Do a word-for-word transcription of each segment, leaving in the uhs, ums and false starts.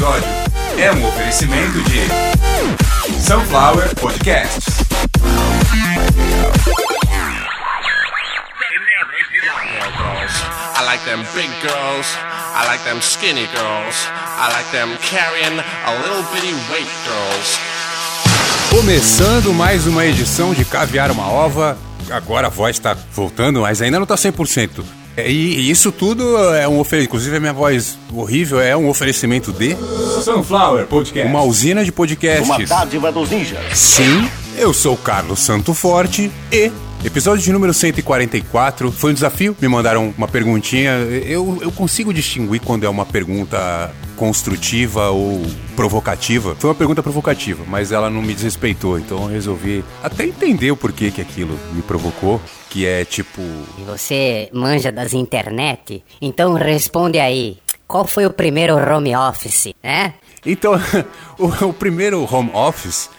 episódio é um oferecimento de Sunflower Podcasts. I like them big girls, I like them skinny girls, I like them carrying a little bitty weight girls. Começando mais uma edição de Caviar uma Ova. Agora a voz tá voltando, mas ainda não tá cem por cento. E, e isso tudo é um oferecimento, inclusive a minha voz horrível é um oferecimento de Sunflower Podcast, uma usina de podcasts. Uma dádiva dos ninjas. Sim, eu sou o Carlos Santo Forte e episódio de número cento e quarenta e quatro foi um desafio. Me mandaram uma perguntinha. Eu, eu consigo distinguir quando é uma pergunta construtiva ou provocativa. Foi uma pergunta provocativa, mas ela não me desrespeitou, então eu resolvi até entender o porquê que aquilo me provocou, que é tipo... E você manja das internet? Então responde aí, qual foi o primeiro home office, né? Então, o, o primeiro home office...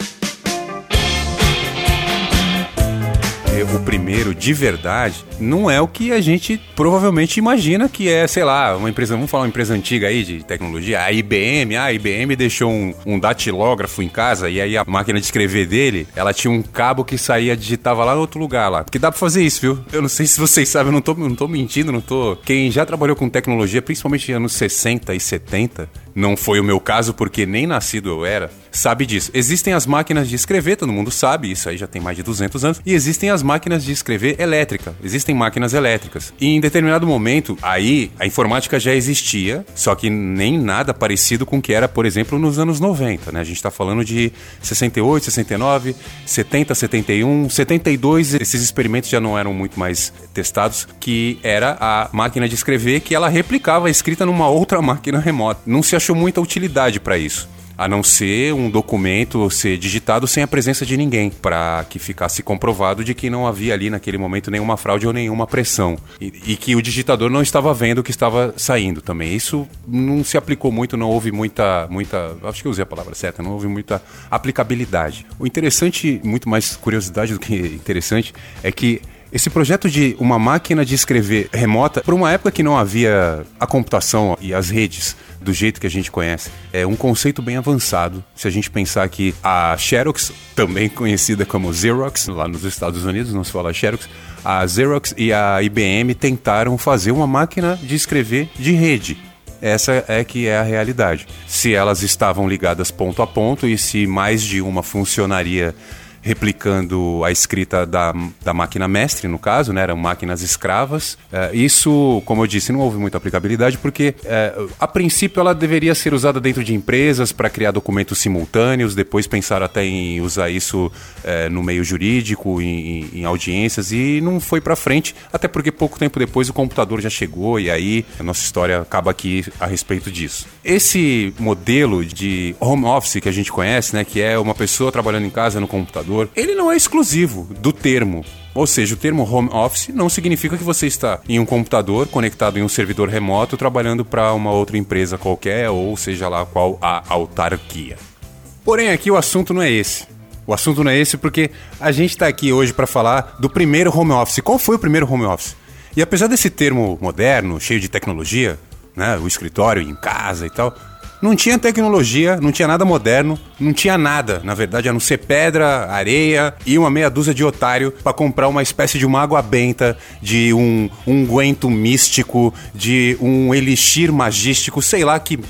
O primeiro, de verdade, não é o que a gente provavelmente imagina que é, sei lá, uma empresa, vamos falar uma empresa antiga aí de tecnologia, a I B M, a I B M deixou um, um datilógrafo em casa e aí a máquina de escrever dele, ela tinha um cabo que saía, digitava lá no outro lugar lá. Porque dá pra fazer isso, viu? Eu não sei se vocês sabem, eu não tô, não tô mentindo, não tô... Quem já trabalhou com tecnologia, principalmente anos sessenta e setenta, não foi o meu caso porque nem nascido eu era, sabe disso. Existem as máquinas de escrever, todo mundo sabe, isso aí já tem mais de duzentos anos, e existem as máquinas de escrever elétrica, existem máquinas elétricas. E em determinado momento, aí, a informática já existia, só que nem nada parecido com o que era, por exemplo, nos anos noventa, né? A gente tá falando de sessenta e oito, sessenta e nove, setenta, setenta e um, setenta e dois, esses experimentos já não eram muito mais testados, que era a máquina de escrever que ela replicava a escrita numa outra máquina remota. Não se achou muita utilidade para isso, a não ser um documento ser digitado sem a presença de ninguém, para que ficasse comprovado de que não havia ali naquele momento nenhuma fraude ou nenhuma pressão, e, e que o digitador não estava vendo o que estava saindo também. Isso não se aplicou muito, não houve muita, muita, acho que eu usei a palavra certa, não houve muita aplicabilidade. O interessante, muito mais curiosidade do que interessante, é que esse projeto de uma máquina de escrever remota, por uma época que não havia a computação e as redes do jeito que a gente conhece, é um conceito bem avançado. Se a gente pensar que a Xerox, também conhecida como Xerox, lá nos Estados Unidos não se fala Xerox, a Xerox e a I B M tentaram fazer uma máquina de escrever de rede. Essa é que é a realidade. Se elas estavam ligadas ponto a ponto e se mais de uma funcionaria replicando a escrita da, da máquina mestre, no caso, né? Eram máquinas escravas. É, isso, como eu disse, não houve muita aplicabilidade porque, é, a princípio, ela deveria ser usada dentro de empresas para criar documentos simultâneos, depois pensaram até em usar isso é, no meio jurídico, em, em audiências, e não foi para frente, até porque pouco tempo depois o computador já chegou e aí a nossa história acaba aqui a respeito disso. Esse modelo de home office que a gente conhece, né? Que é uma pessoa trabalhando em casa no computador, ele não é exclusivo do termo. Ou seja, o termo home office não significa que você está em um computador conectado em um servidor remoto trabalhando para uma outra empresa qualquer, ou seja lá qual a autarquia. Porém, aqui o assunto não é esse. O assunto não é esse porque a gente está aqui hoje para falar do primeiro home office. Qual foi o primeiro home office? E apesar desse termo moderno, cheio de tecnologia, né, o escritório em casa e tal, não tinha tecnologia, não tinha nada moderno, não tinha nada, na verdade, a não ser pedra, areia e uma meia dúzia de otário para comprar uma espécie de uma água benta, de um unguento místico, de um elixir magístico, sei lá que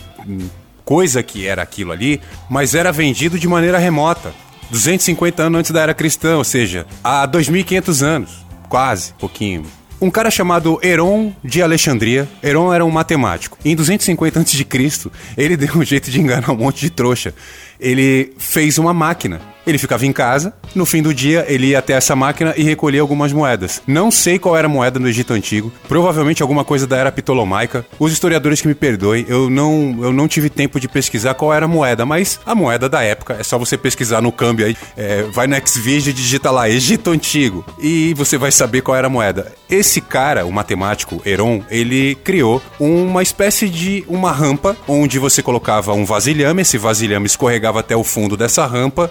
coisa que era aquilo ali, mas era vendido de maneira remota, duzentos e cinquenta anos antes da era cristã, ou seja, há dois mil e quinhentos anos, quase, pouquinho. Um cara chamado Heron de Alexandria. Heron era um matemático. Em duzentos e cinquenta antes de Cristo, ele deu um jeito de enganar um monte de trouxa. Ele fez uma máquina. Ele ficava em casa, no fim do dia ele ia até essa máquina e recolhia algumas moedas. Não sei qual era a moeda no Egito Antigo, provavelmente alguma coisa da era ptolomaica. Os historiadores que me perdoem, eu não, eu não tive tempo de pesquisar qual era a moeda, mas a moeda da época, é só você pesquisar no câmbio aí, é, vai no Xvideo e digita lá, Egito Antigo, e você vai saber qual era a moeda. Esse cara, o matemático Heron, ele criou uma espécie de uma rampa, onde você colocava um vasilhame, esse vasilhame escorregava até o fundo dessa rampa, e ele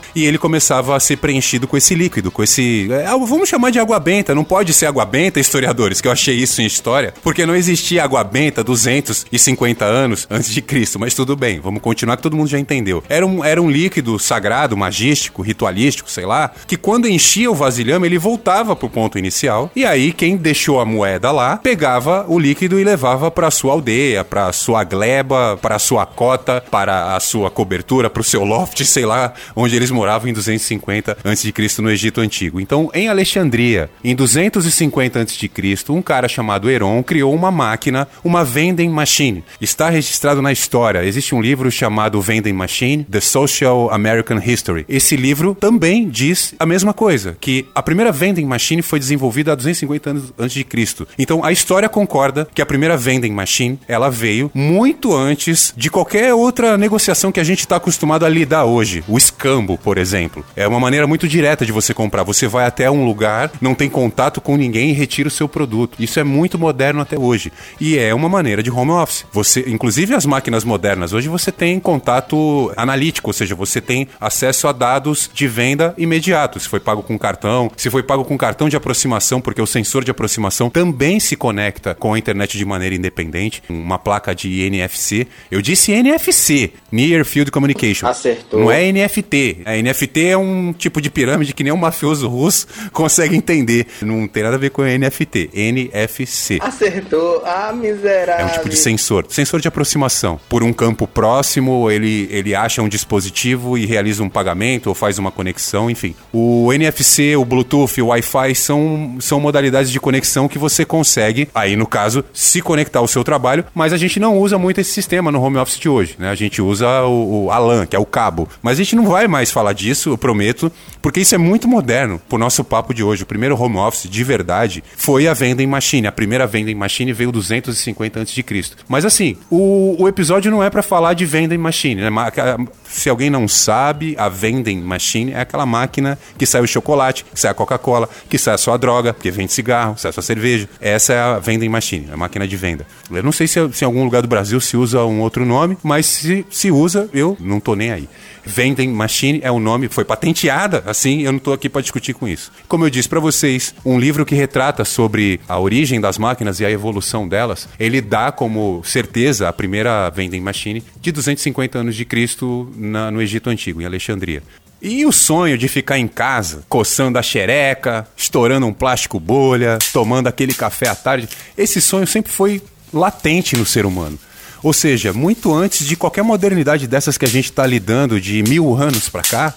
começava a ser preenchido com esse líquido, com esse... É, vamos chamar de água benta, não pode ser água benta, historiadores, que eu achei isso em história, porque não existia água benta duzentos e cinquenta anos antes de Cristo, mas tudo bem, vamos continuar que todo mundo já entendeu. Era um, era um líquido sagrado, magístico, ritualístico, sei lá, que quando enchia o vasilhame, ele voltava pro ponto inicial, e aí quem deixou a moeda lá, pegava o líquido e levava pra sua aldeia, pra sua gleba, pra sua cota, para a sua cobertura, pro seu loft, sei lá, onde eles moravam em duzentos e cinquenta antes de Cristo no Egito Antigo. Então, em Alexandria, em duzentos e cinquenta antes de Cristo, um cara chamado Heron criou uma máquina, uma vending machine. Está registrado na história. Existe um livro chamado Vending Machine, The Social American History. Esse livro também diz a mesma coisa, que a primeira vending machine foi desenvolvida há duzentos e cinquenta anos antes de Cristo. Então, a história concorda que a primeira vending machine, ela veio muito antes de qualquer outra negociação que a gente está acostumado a lidar hoje. O escambo, por exemplo. É uma maneira muito direta de você comprar. Você vai até um lugar, não tem contato com ninguém e retira o seu produto. Isso é muito moderno até hoje. E é uma maneira de home office. Você, inclusive as máquinas modernas, hoje você tem contato analítico, ou seja, você tem acesso a dados de venda imediato. Se foi pago com cartão, se foi pago com cartão de aproximação, porque o sensor de aproximação também se conecta com a internet de maneira independente. Uma placa de N F C. Eu disse N F C, Near Field Communication. Acertou. Não é N F T. A N F T é um tipo de pirâmide que nem um mafioso russo consegue entender. Não tem nada a ver com N F T. N F C. Acertou. Ah, miserável. É um tipo de sensor. Sensor de aproximação. Por um campo próximo, ele, ele acha um dispositivo e realiza um pagamento ou faz uma conexão, enfim. O N F C, o Bluetooth, o Wi-Fi são, são modalidades de conexão que você consegue, aí no caso, se conectar ao seu trabalho, mas a gente não usa muito esse sistema no home office de hoje, né? A gente usa o, o A LAN, que é o cabo. Mas a gente não vai mais falar disso, eu prometo, porque isso é muito moderno pro nosso papo de hoje. O primeiro home office, de verdade, foi a vending machine. A primeira vending machine veio duzentos e cinquenta antes de Cristo. Mas assim, o, o episódio não é pra falar de vending machine, né? Se alguém não sabe, a vending machine é aquela máquina que sai o chocolate, que sai a Coca-Cola, que sai a sua droga, que vende cigarro, sai a sua cerveja. Essa é a vending machine, a máquina de venda. Eu não sei se, se em algum lugar do Brasil se usa um outro nome, mas se, se usa, eu não tô nem aí. Vending machine é o nome, foi patenteada, assim, eu não tô aqui para discutir com isso. Como eu disse para vocês, um livro que retrata sobre a origem das máquinas e a evolução delas, ele dá como certeza a primeira vending machine de duzentos e cinquenta anos de Cristo na, no Egito Antigo, em Alexandria. E o sonho de ficar em casa, coçando a xereca, estourando um plástico bolha, tomando aquele café à tarde, esse sonho sempre foi latente no ser humano. Ou seja, muito antes de qualquer modernidade dessas que a gente está lidando de mil anos para cá,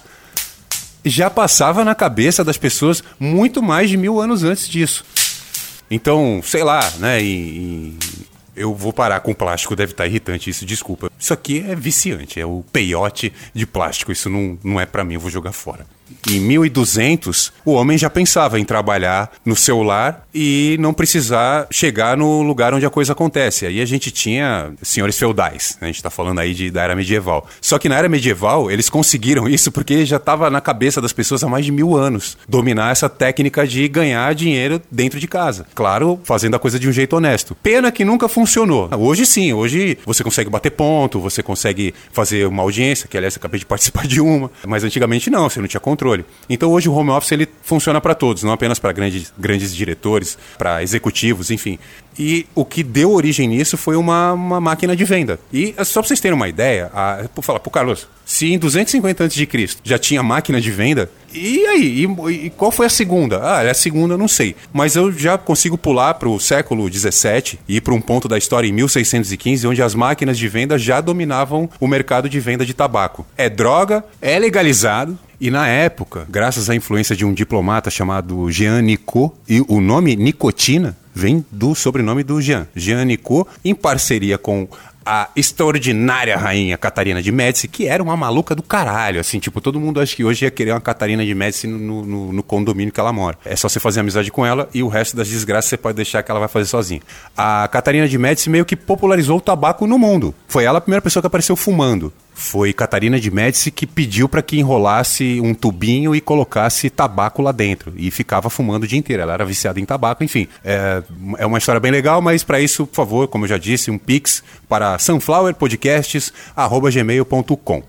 já passava na cabeça das pessoas muito mais de mil anos antes disso. Então, sei lá, né, e, e eu vou parar com plástico, deve estar irritante isso, desculpa. Isso aqui é viciante, é o peiote de plástico, isso não, não é para mim, eu vou jogar fora. Em mil e duzentos, o homem já pensava em trabalhar no seu lar e não precisar chegar no lugar onde a coisa acontece. Aí a gente tinha senhores feudais, né? A gente está falando aí de, da era medieval. Só que na era medieval, eles conseguiram isso porque já estava na cabeça das pessoas há mais de mil anos. Dominar essa técnica de ganhar dinheiro dentro de casa. Claro, fazendo a coisa de um jeito honesto. Pena que nunca funcionou. Hoje sim, hoje você consegue bater ponto, você consegue fazer uma audiência, que aliás eu acabei de participar de uma. Mas antigamente não, você não tinha controle. Então hoje o home office ele funciona para todos, não apenas para grandes, grandes diretores, para executivos, enfim. E o que deu origem nisso foi uma, uma máquina de venda. E só para vocês terem uma ideia, a, vou falar, pô Carlos, se em duzentos e cinquenta antes de Cristo já tinha máquina de venda, e aí? E, e qual foi a segunda? Ah, a segunda eu não sei. Mas eu já consigo pular para o século dezessete e ir para um ponto da história em mil seiscentos e quinze, onde as máquinas de venda já dominavam o mercado de venda de tabaco. É droga, é legalizado. E na época, graças à influência de um diplomata chamado Jean Nicot, e o nome nicotina vem do sobrenome do Jean, Jean Nicot, em parceria com a extraordinária rainha Catarina de Médici, que era uma maluca do caralho, assim, tipo, todo mundo acha que hoje ia querer uma Catarina de Médici no, no, no condomínio que ela mora. É só você fazer amizade com ela e o resto das desgraças você pode deixar que ela vai fazer sozinha. A Catarina de Médici meio que popularizou o tabaco no mundo. Foi ela a primeira pessoa que apareceu fumando. Foi Catarina de Médici que pediu para que enrolasse um tubinho e colocasse tabaco lá dentro. E ficava fumando o dia inteiro. Ela era viciada em tabaco, enfim. É, é uma história bem legal, mas para isso, por favor, como eu já disse, um pix para sunflower podcasts arroba gmail ponto com.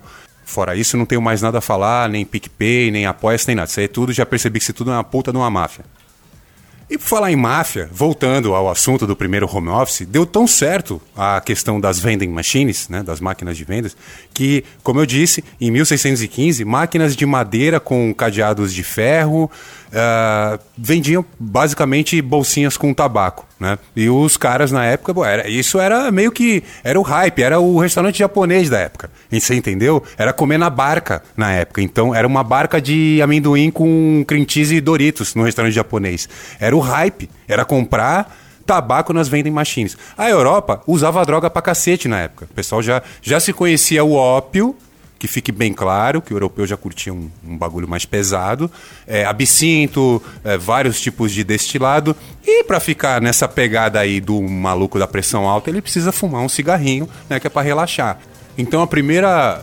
Fora isso, não tenho mais nada a falar, nem PicPay, nem Apoia-se, nem nada. Isso aí é tudo, já percebi que isso tudo é uma puta de uma máfia. E por falar em máfia, voltando ao assunto do primeiro home office, deu tão certo a questão das vending machines, né, das máquinas de vendas, que, como eu disse, em mil seiscentos e quinze, máquinas de madeira com cadeados de ferro uh, vendiam basicamente bolsinhas com tabaco, né? E os caras na época, bom, era, isso era meio que, era o hype, era o restaurante japonês da época, e você entendeu? Era comer na barca na época, então era uma barca de amendoim com cream cheese e Doritos no restaurante japonês. Era o hype, era comprar tabaco nas vending machines. A Europa usava droga pra cacete na época. O pessoal já, já se conhecia o ópio, que fique bem claro, que o europeu já curtia um, um bagulho mais pesado, é, absinto, é, vários tipos de destilado, e pra ficar nessa pegada aí do maluco da pressão alta, ele precisa fumar um cigarrinho, né, que é pra relaxar. Então a primeira...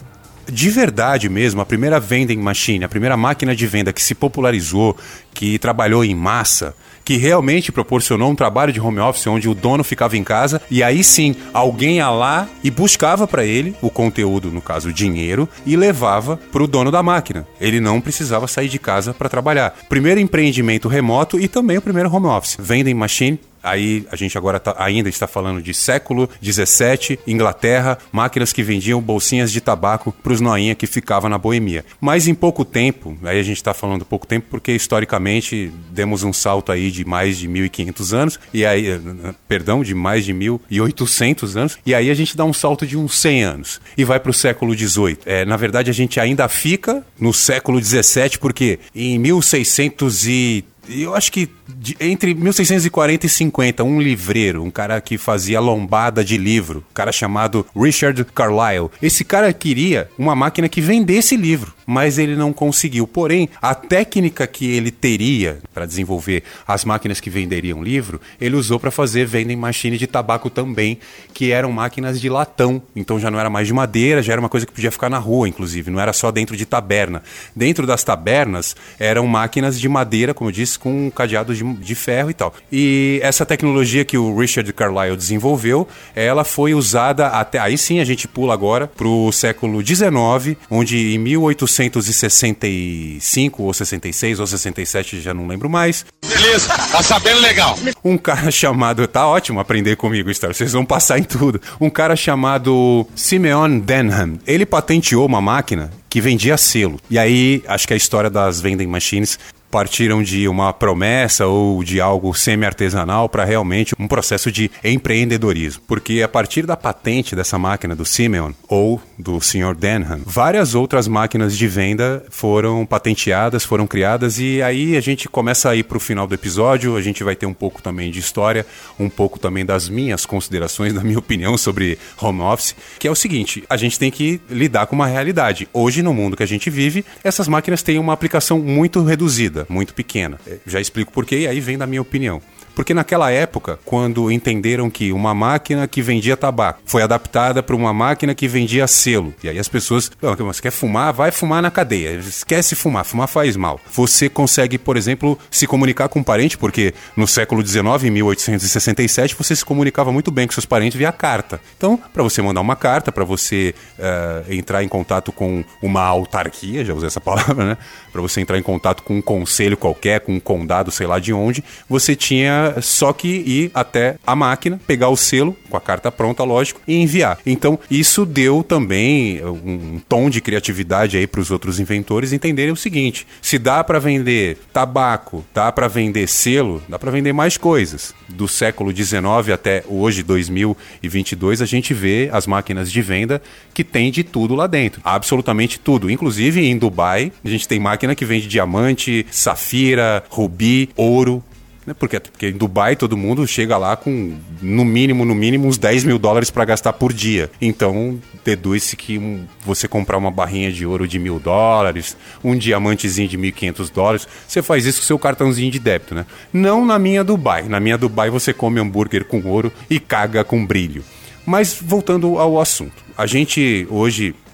De verdade mesmo, a primeira vending machine, a primeira máquina de venda que se popularizou, que trabalhou em massa, que realmente proporcionou um trabalho de home office onde o dono ficava em casa e aí sim, alguém ia lá e buscava para ele o conteúdo, no caso o dinheiro, e levava para o dono da máquina. Ele não precisava sair de casa para trabalhar. Primeiro empreendimento remoto e também o primeiro home office. Vending machine. Aí a gente agora tá, ainda está falando de século dezessete, Inglaterra, máquinas que vendiam bolsinhas de tabaco para os noinha que ficavam na boemia. Mas em pouco tempo, aí a gente está falando pouco tempo porque historicamente demos um salto aí de mais de mil e quinhentos anos, e aí, perdão, de mais de mil e oitocentos anos, e aí a gente dá um salto de uns cem anos e vai para o século dezoito. É, na verdade a gente ainda fica no século dezessete porque em mil e seiscentos e eu acho que de, entre mil seiscentos e quarenta e cinquenta, um livreiro, um cara que fazia lombada de livro, um cara chamado Richard Carlyle. Esse cara queria uma máquina que vendesse livro, mas ele não conseguiu. Porém, a técnica que ele teria para desenvolver as máquinas que venderiam livro, ele usou para fazer vending machine de tabaco também, que eram máquinas de latão. Então já não era mais de madeira, já era uma coisa que podia ficar na rua, inclusive. Não era só dentro de taberna. Dentro das tabernas eram máquinas de madeira, como eu disse, com cadeados de, de ferro e tal. E essa tecnologia que o Richard Carlyle desenvolveu, ela foi usada até... Aí sim a gente pula agora pro século dezenove, onde em mil oitocentos e sessenta e cinco, ou sessenta e seis, ou sessenta e sete, já não lembro mais. Beleza, tá sabendo legal. Um cara chamado... Tá ótimo aprender comigo, Star. Vocês vão passar em tudo. Um cara chamado Simeon Denham. Ele patenteou uma máquina que vendia selo. E aí, acho que a história das vending machines partiram de uma promessa ou de algo semi-artesanal para realmente um processo de empreendedorismo. Porque a partir da patente dessa máquina do Simeon ou do senhor Denham, várias outras máquinas de venda foram patenteadas, foram criadas, e aí a gente começa a ir para o final do episódio, a gente vai ter um pouco também de história, um pouco também das minhas considerações, da minha opinião sobre home office, que é o seguinte, a gente tem que lidar com uma realidade. Hoje, no mundo que a gente vive, essas máquinas têm uma aplicação muito reduzida, muito pequena. Já explico por quê, e aí vem da minha opinião. Porque naquela época, quando entenderam que uma máquina que vendia tabaco foi adaptada para uma máquina que vendia selo, e aí as pessoas, você quer fumar? Vai fumar na cadeia. Esquece fumar, fumar faz mal. Você consegue, por exemplo, se comunicar com um parente, porque no século dezenove, em mil oitocentos e sessenta e sete, você se comunicava muito bem com seus parentes via carta. Então, para você mandar uma carta, para você uh, entrar em contato com uma autarquia, já usei essa palavra, né? Para você entrar em contato com um conselho qualquer, com um condado, sei lá de onde, você tinha só que ir até a máquina, pegar o selo, com a carta pronta, lógico, e enviar. Então, isso deu também um tom de criatividade aí para os outros inventores entenderem o seguinte: se dá para vender tabaco, dá para vender selo, dá para vender mais coisas. Do século dezenove até hoje, dois mil e vinte e dois, a gente vê as máquinas de venda que tem de tudo lá dentro. Absolutamente tudo. Inclusive, em Dubai, a gente tem máquina que vende diamante, safira, rubi, ouro. Porque, porque em Dubai todo mundo chega lá com, no mínimo, no mínimo, uns dez mil dólares para gastar por dia. Então, deduz-se que um, você comprar uma barrinha de ouro de mil dólares, um diamantezinho de mil e quinhentos dólares, você faz isso com seu cartãozinho de débito, né? Não na minha Dubai. Na minha Dubai você come hambúrguer com ouro e caga com brilho. Mas voltando ao assunto, a gente hoje,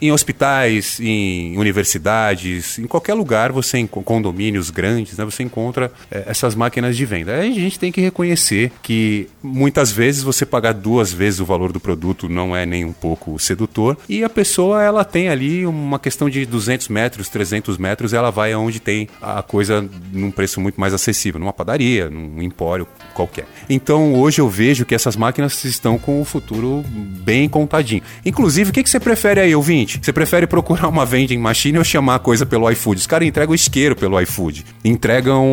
Em hospitais, em universidades, em qualquer lugar, você em condomínios grandes, né, você encontra é, essas máquinas de venda. Aí a gente tem que reconhecer que muitas vezes você pagar duas vezes o valor do produto não é nem um pouco sedutor, e a pessoa ela tem ali uma questão de duzentos metros, trezentos metros, ela vai aonde tem a coisa num preço muito mais acessível, numa padaria, num empório qualquer. Então hoje eu vejo que essas máquinas estão com o futuro bem contadinho. Inclusive, o que, que você prefere aí, ouvinte? Você prefere procurar uma vending machine ou chamar a coisa pelo iFood? Os caras entregam isqueiro pelo iFood, entregam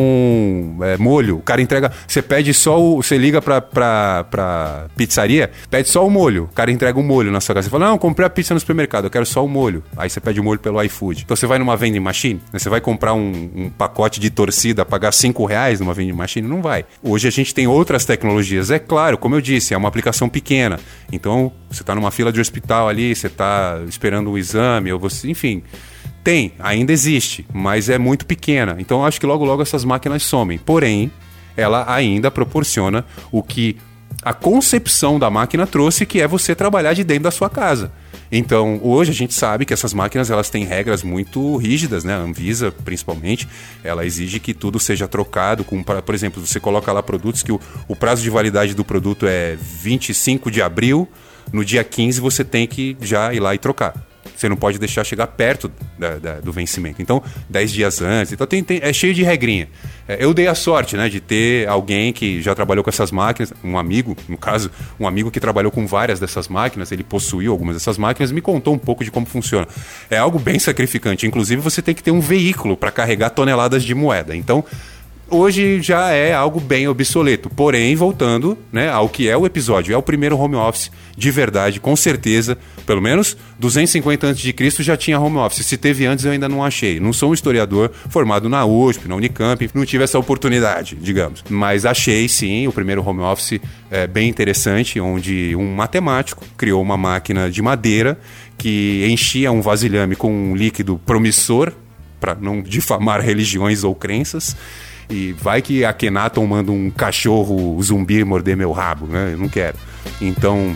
é, molho, o cara entrega, você pede só o, você liga pra, pra, pra pizzaria, pede só o molho, o cara entrega o molho na sua casa, você fala, não, comprei a pizza no supermercado, eu quero só o molho, aí você pede o molho pelo iFood. Então você vai numa vending machine, né? Você vai comprar um, um pacote de torcida, pagar cinco reais numa vending machine? Não vai. Hoje a gente tem outras tecnologias, é claro, como eu disse, é uma aplicação pequena, então você tá numa fila de hospital ali, você tá esperando o exame, ou você, enfim, tem, ainda existe, mas é muito pequena. Então eu acho que logo logo essas máquinas somem. Porém, ela ainda proporciona o que a concepção da máquina trouxe, que é você trabalhar de dentro da sua casa. Então, hoje a gente sabe que essas máquinas elas têm regras muito rígidas, né? A Anvisa, principalmente, ela exige que tudo seja trocado com, por exemplo, você coloca lá produtos que o, o prazo de validade do produto é vinte e cinco de abril, no dia quinze você tem que já ir lá e trocar. Você não pode deixar chegar perto da, da, do vencimento. Então, dez dias antes. Então, tem, tem, é cheio de regrinha. É, eu dei a sorte, né, de ter alguém que já trabalhou com essas máquinas, um amigo, no caso, um amigo que trabalhou com várias dessas máquinas, ele possuiu algumas dessas máquinas, me contou um pouco de como funciona. É algo bem sacrificante. Inclusive, você tem que ter um veículo para carregar toneladas de moeda. Então, hoje já é algo bem obsoleto. Porém, voltando, né, ao que é o episódio, é o primeiro home office de verdade, com certeza. Pelo menos duzentos e cinquenta antes de Cristo já tinha home office. Se teve antes, eu ainda não achei. Não sou um historiador formado na U S P, na Unicamp, não tive essa oportunidade, digamos. Mas achei, sim, o primeiro home office é, bem interessante, onde um matemático criou uma máquina de madeira que enchia um vasilhame com um líquido promissor, para não difamar religiões ou crenças. E vai que a Akhenaton manda um cachorro zumbi morder meu rabo, né? Eu não quero. Então,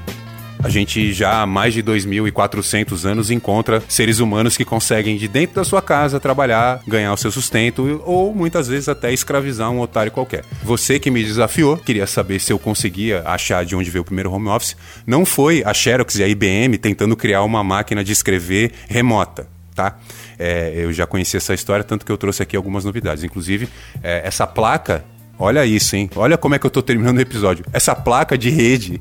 a gente já há mais de dois mil e quatrocentos anos encontra seres humanos que conseguem de dentro da sua casa trabalhar, ganhar o seu sustento ou muitas vezes até escravizar um otário qualquer. Você que me desafiou, queria saber se eu conseguia achar de onde veio o primeiro home office. Não foi a Xerox e a I B M tentando criar uma máquina de escrever remota, tá? É, eu já conheci essa história, tanto que eu trouxe aqui algumas novidades. Inclusive, é, essa placa, olha isso, hein? Olha como é que eu tô terminando o episódio. Essa placa de rede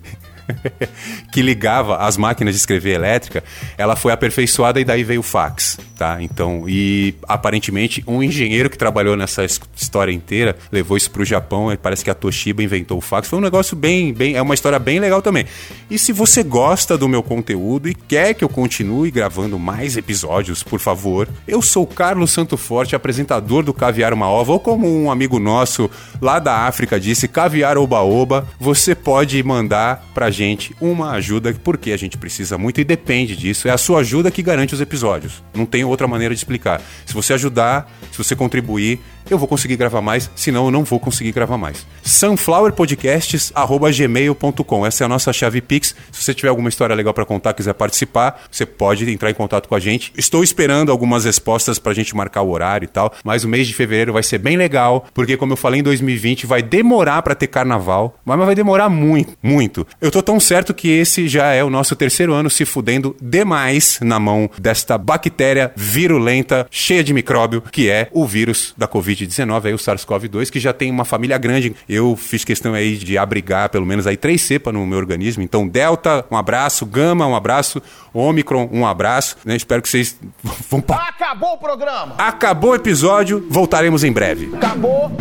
que ligava as máquinas de escrever elétrica, ela foi aperfeiçoada e daí veio o fax, tá? Então, e aparentemente um engenheiro que trabalhou nessa história inteira levou isso pro Japão e parece que a Toshiba inventou o fax. Foi um negócio bem, bem, é uma história bem legal também. E se você gosta do meu conteúdo e quer que eu continue gravando mais episódios, por favor, eu sou Carlos Santo Forte, apresentador do Caviar Uma Ova, ou como um amigo nosso lá da África disse, Caviar Oba Oba. Você pode mandar pra gente gente uma ajuda, porque a gente precisa muito e depende disso. É a sua ajuda que garante os episódios. Não tem outra maneira de explicar. Se você ajudar, se você contribuir, eu vou conseguir gravar mais, senão eu não vou conseguir gravar mais. sunflower podcasts arroba gmail ponto com. Essa é a nossa chave Pix. Se você tiver alguma história legal para contar, quiser participar, você pode entrar em contato com a gente. Estou esperando algumas respostas pra gente marcar o horário e tal, mas o mês de fevereiro vai ser bem legal, porque como eu falei, em dois mil e vinte vai demorar pra ter carnaval, mas vai demorar muito, muito. Eu tô tão certo que esse já é o nosso terceiro ano se fudendo demais na mão desta bactéria virulenta, cheia de micróbio, que é o vírus da covid dezenove, aí o SARS-CoV dois, que já tem uma família grande. Eu fiz questão aí de abrigar pelo menos aí três cepas no meu organismo. Então, Delta, um abraço, Gama, um abraço, Ômicron, um abraço, né? Espero que vocês vão... Pa... Acabou o programa! Acabou o episódio, voltaremos em breve. Acabou!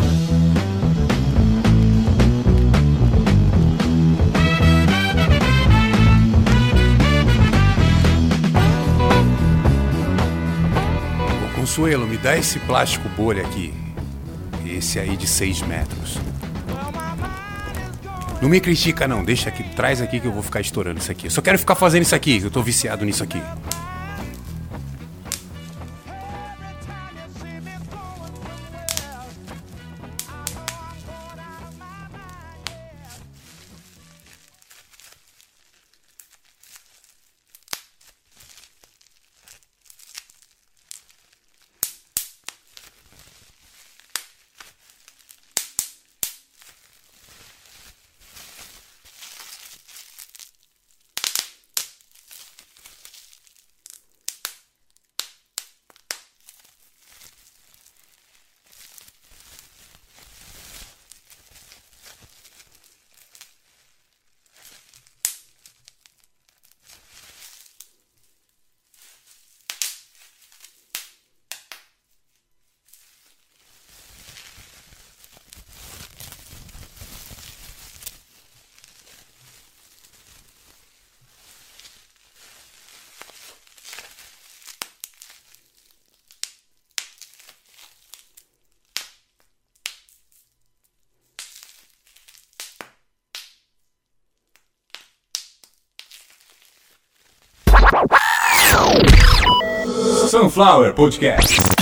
Consuelo, me dá esse plástico bolha aqui. Esse aí de seis metros. Não me critica não, deixa aqui, traz aqui que eu vou ficar estourando isso aqui. Eu só quero ficar fazendo isso aqui, eu tô viciado nisso aqui. Sunflower Podcast.